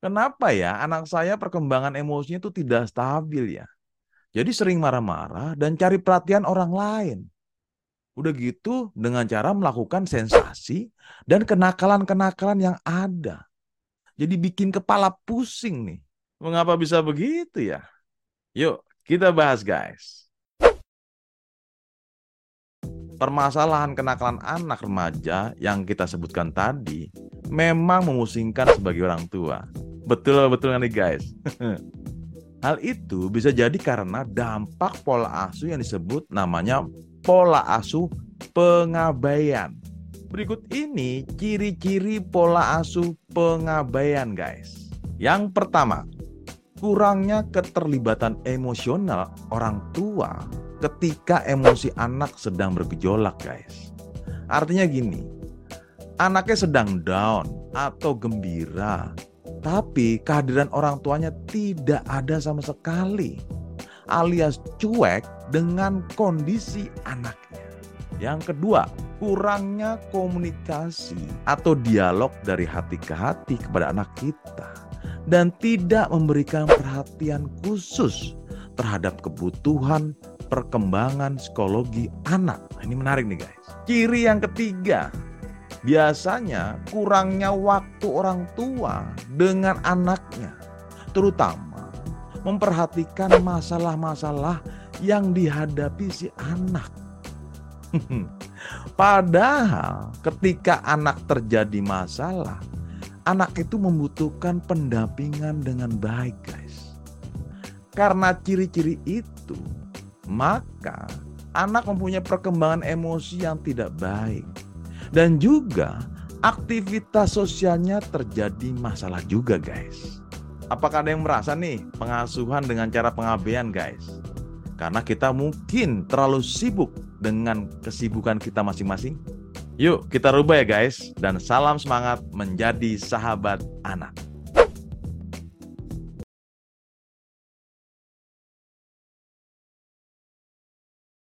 Kenapa ya anak saya perkembangan emosinya itu tidak stabil ya? Jadi sering marah-marah dan cari perhatian orang lain. Udah gitu dengan cara melakukan sensasi dan kenakalan-kenakalan yang ada. Jadi bikin kepala pusing nih. Mengapa bisa begitu ya? Yuk kita bahas guys. Permasalahan kenakalan anak remaja yang kita sebutkan tadi memang memusingkan sebagai orang tua. Betul nih guys. Hal itu bisa jadi karena dampak pola asuh yang disebut namanya pola asuh pengabaian. Berikut ini ciri-ciri pola asuh pengabaian guys. Yang pertama, kurangnya keterlibatan emosional orang tua ketika emosi anak sedang bergejolak guys. Artinya gini, anaknya sedang down atau gembira, tapi kehadiran orang tuanya tidak ada sama sekali, alias cuek dengan kondisi anaknya. Yang kedua, kurangnya komunikasi atau dialog dari hati ke hati kepada anak kita dan tidak memberikan perhatian khusus terhadap kebutuhan perkembangan psikologi anak. Nah, ini menarik nih guys. Ciri yang ketiga, biasanya kurangnya waktu orang tua dengan anaknya, terutama memperhatikan masalah-masalah yang dihadapi si anak. Padahal ketika anak terjadi masalah, anak itu membutuhkan pendampingan dengan baik guys. Karena ciri-ciri itu, maka anak mempunyai perkembangan emosi yang tidak baik. Dan juga aktivitas sosialnya terjadi masalah juga guys. Apakah ada yang merasa nih pengasuhan dengan cara pengabaian guys? Karena kita mungkin terlalu sibuk dengan kesibukan kita masing-masing. Yuk kita rubah ya guys. Dan salam semangat menjadi sahabat anak.